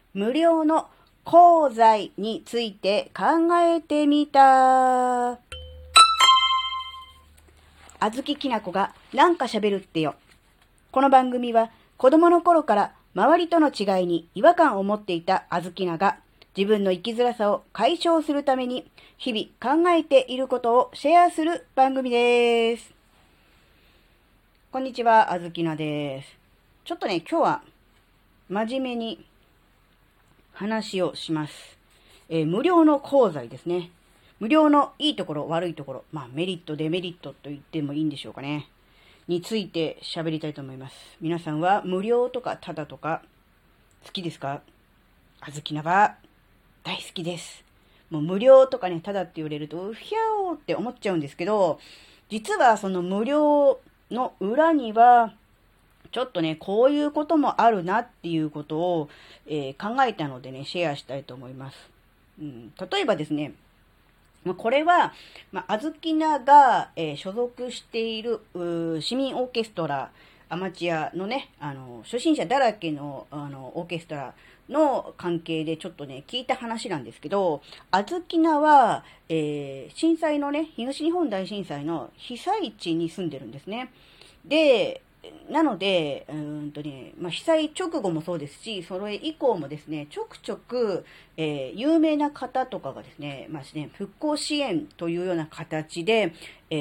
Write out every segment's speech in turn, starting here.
無料の功罪について考えてみた。あずききなこがなんか喋るってよ。この番組は子供の頃から周りとの違いに違和感を持っていたあずきなが自分の生きづらさを解消するために日々考えていることをシェアする番組です。こんにちは、あずきなです。ちょっとね、今日は真面目に話をします。無料の講座ですね。無料のいいところ、悪いところ、メリット、デメリットと言ってもいいんでしょうかね。について喋りたいと思います。皆さんは無料とかタダとか好きですか？あずきなは大好きです。もう無料とかね、タダって言われると、ひゃーって思っちゃうんですけど、実はその無料の裏には、ちょっとね、こういうこともあるなっていうことを、考えたのでね、シェアしたいと思います。例えばですね、これは、あずきなが、所属している市民オーケストラ、アマチュアのね、初心者だらけの、オーケストラの関係でちょっとね、聞いた話なんですけど、あずきなは、震災のね、東日本大震災の被災地に住んでるんですね。で、なので、被災直後もそうですし、それ以降もですね、ちょくちょく、有名な方とかがですね、復興支援というような形で、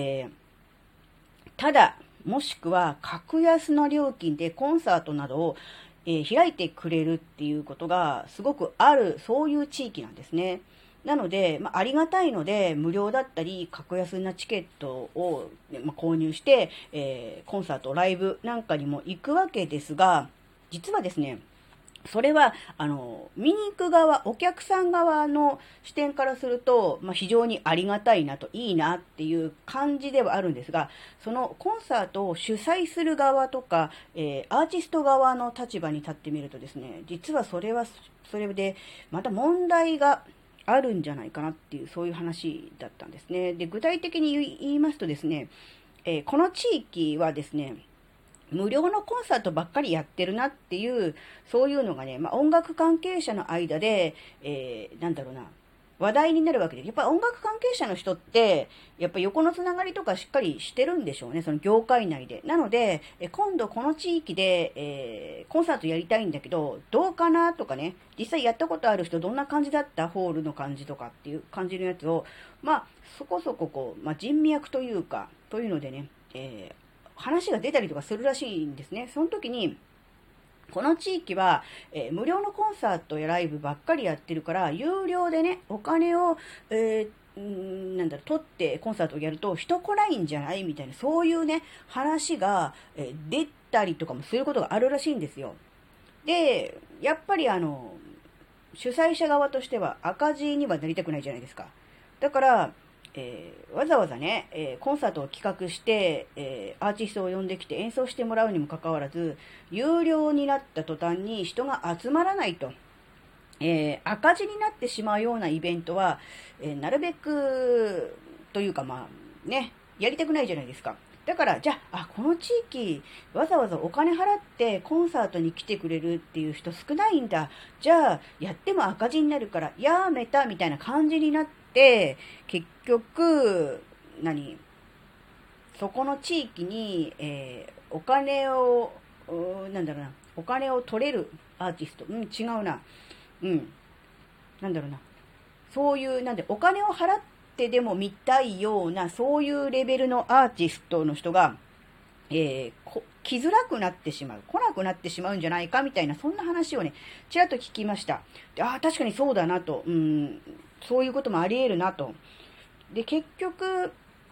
ただ、もしくは格安の料金でコンサートなどを、開いてくれるっていうことがすごくある、そういう地域なんですね。なので、ありがたいので、無料だったり、格安なチケットを、購入して、コンサート、ライブなんかにも行くわけですが、実はですね、それは、見に行く側、お客さん側の視点からすると、非常にありがたいなと、いいなっていう感じではあるんですが、そのコンサートを主催する側とか、アーティスト側の立場に立ってみるとですね、実はそれは、それで、また問題があるんじゃないかなっていう、そういう話だったんですね。で、具体的に言いますとですね、この地域はですね、無料のコンサートばっかりやってるなっていう、そういうのがね、音楽関係者の間で、話題になるわけで、やっぱ音楽関係者の人って、やっぱ横のつながりとかしっかりしてるんでしょうね、その業界内で。なので、今度この地域で、コンサートやりたいんだけど、どうかなとかね、実際やったことある人どんな感じだったホールの感じとかっていう感じのやつを、そこそこ人脈というか、というのでね、話が出たりとかするらしいんですね。その時に、この地域は、無料のコンサートやライブばっかりやってるから、有料でね、お金を、取ってコンサートをやると人来ないんじゃないみたいな、そういうね、話が、出たりとかもすることがあるらしいんですよ。で、やっぱり主催者側としては赤字にはなりたくないじゃないですか。だから、わざわざね、コンサートを企画して、アーティストを呼んできて演奏してもらうにもかかわらず、有料になった途端に人が集まらないと。赤字になってしまうようなイベントは、なるべく、というかやりたくないじゃないですか。だから、じゃあ、この地域、わざわざお金払ってコンサートに来てくれるっていう人少ないんだ。じゃあ、やっても赤字になるから、やめた、みたいな感じになって、結局、そこの地域に、お金を、お金を取れるアーティスト、違うな。うん。なんだろうな。そういう、お金を払ってでも見たいような、そういうレベルのアーティストの人が、来づらくなってしまう。来なくなってしまうんじゃないかみたいな、そんな話をね、ちらっと聞きました。で、確かにそうだなと。そういうこともあり得るなと。で、結局、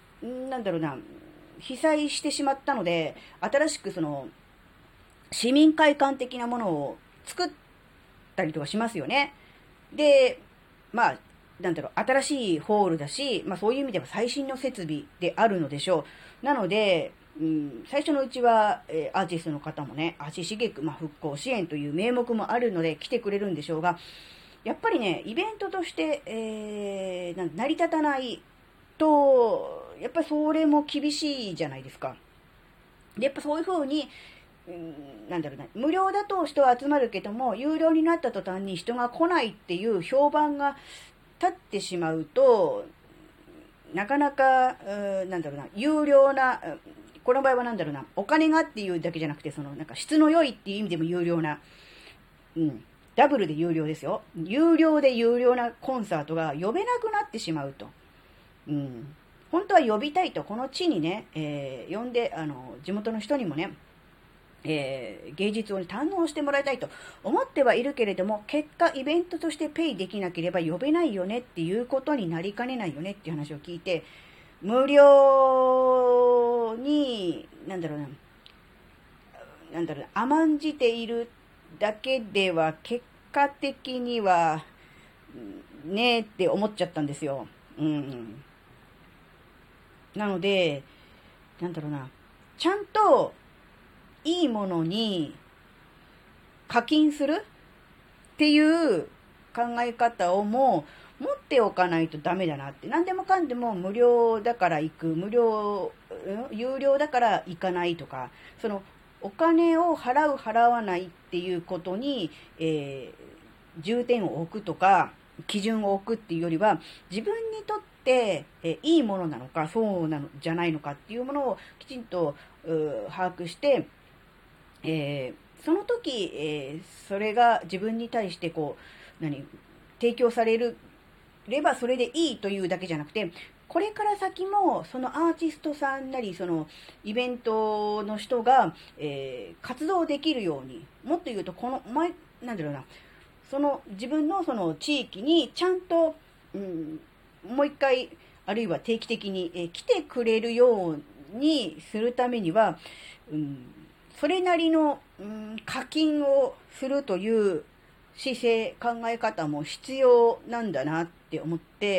被災してしまったので、新しく市民会館的なものを作ったりとかしますよね。で、新しいホールだし、そういう意味では最新の設備であるのでしょう。なので、最初のうちは、アーティストの方もね、足しげく、復興支援という名目もあるので来てくれるんでしょうが、やっぱりね、イベントとして、成り立たないと、やっぱりそれも厳しいじゃないですか。で、やっぱそういう風になんだろうな、無料だと人は集まるけども、有料になった途端に人が来ないっていう評判が立ってしまうと、なかなか、なんだろうな、有料な、この場合はなんだろうな、お金がっていうだけじゃなくて、なんか質の良いっていう意味でも有料な、ダブルで有料ですよ。有料で有料なコンサートが呼べなくなってしまうと。本当は呼びたいと、この地にね、呼んで、地元の人にもね、芸術を堪能してもらいたいと思ってはいるけれども、結果イベントとしてペイできなければ呼べないよねっていうことになりかねないよねっていう話を聞いて、無料に、甘んじているだけでは結果的にはねって思っちゃったんですよ。なので、ちゃんといいものに課金するっていう考え方をも持っておかないとダメだなって。何でもかんでも無料だから行く、有料だから行かないとか、お金を払う払わないっていうことに、重点を置くとか、基準を置くっていうよりは、自分にとって、いいものなのか、そうなのじゃないのかっていうものをきちんと把握して、その時、それが自分に対して提供されればそれでいいというだけじゃなくて、これから先もそのアーティストさんなりイベントの人が、活動できるように、もっと言うと自分の地域にちゃんと、もう一回あるいは定期的に、来てくれるようにするためには、それなりの、課金をするという姿勢、考え方も必要なんだなって思って、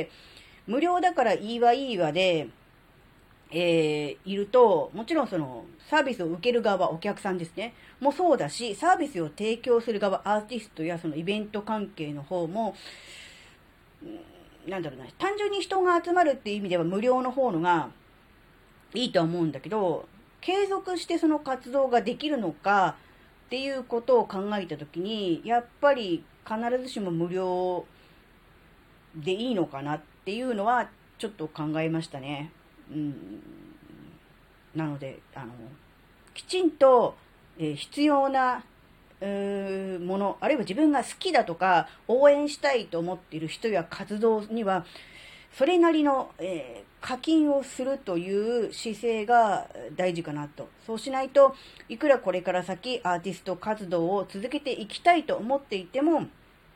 無料だからいいわいいわで、いると、もちろんサービスを受ける側、お客さんですね、もそうだし、サービスを提供する側、アーティストやイベント関係の方も、単純に人が集まるっていう意味では無料の方のがいいとは思うんだけど、継続してその活動ができるのかっていうことを考えたときに、やっぱり必ずしも無料でいいのかなっていうのはちょっと考えましたね。なので、きちんと、必要なもの、あるいは自分が好きだとか応援したいと思っている人や活動にはそれなりの、課金をするという姿勢が大事かなと。そうしないと、いくらこれから先アーティスト活動を続けていきたいと思っていても、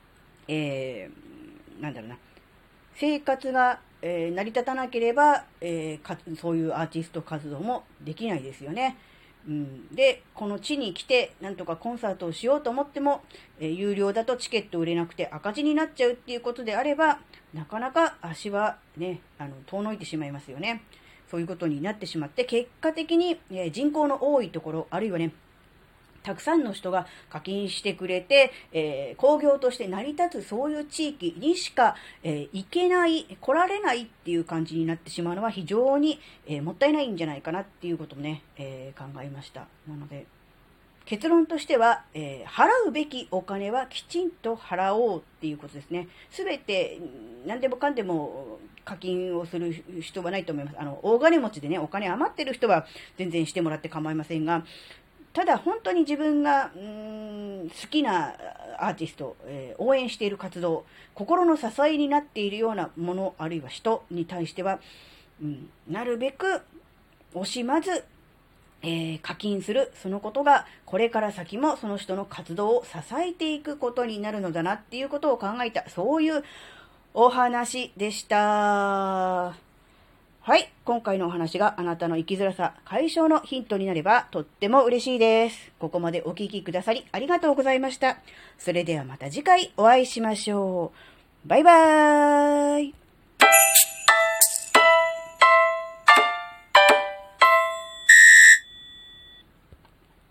生活が、成り立たなければ、そういうアーティスト活動もできないですよね。で、この地に来て、なんとかコンサートをしようと思っても、有料だとチケット売れなくて赤字になっちゃうっていうことであれば、なかなか足はね、遠のいてしまいますよね。そういうことになってしまって、結果的に、人口の多いところ、あるいはね、たくさんの人が課金してくれて、興行として成り立つそういう地域にしか、行けない、来られないっていう感じになってしまうのは非常に、もったいないんじゃないかなっていうこともね、考えました。なので、結論としては、払うべきお金はきちんと払おうっていうことですね。すべて、何でもかんでも課金をする人はないと思います。大金持ちでね、お金余ってる人は全然してもらって構いませんが、ただ本当に自分が好きなアーティスト、応援している活動、心の支えになっているようなもの、あるいは人に対しては、なるべく惜しまず、課金する、そのことがこれから先もその人の活動を支えていくことになるのだなっていうことを考えた、そういうお話でした。はい。今回のお話があなたの生きづらさ解消のヒントになればとっても嬉しいです。ここまでお聞きくださりありがとうございました。それではまた次回お会いしましょう。バイバーイ。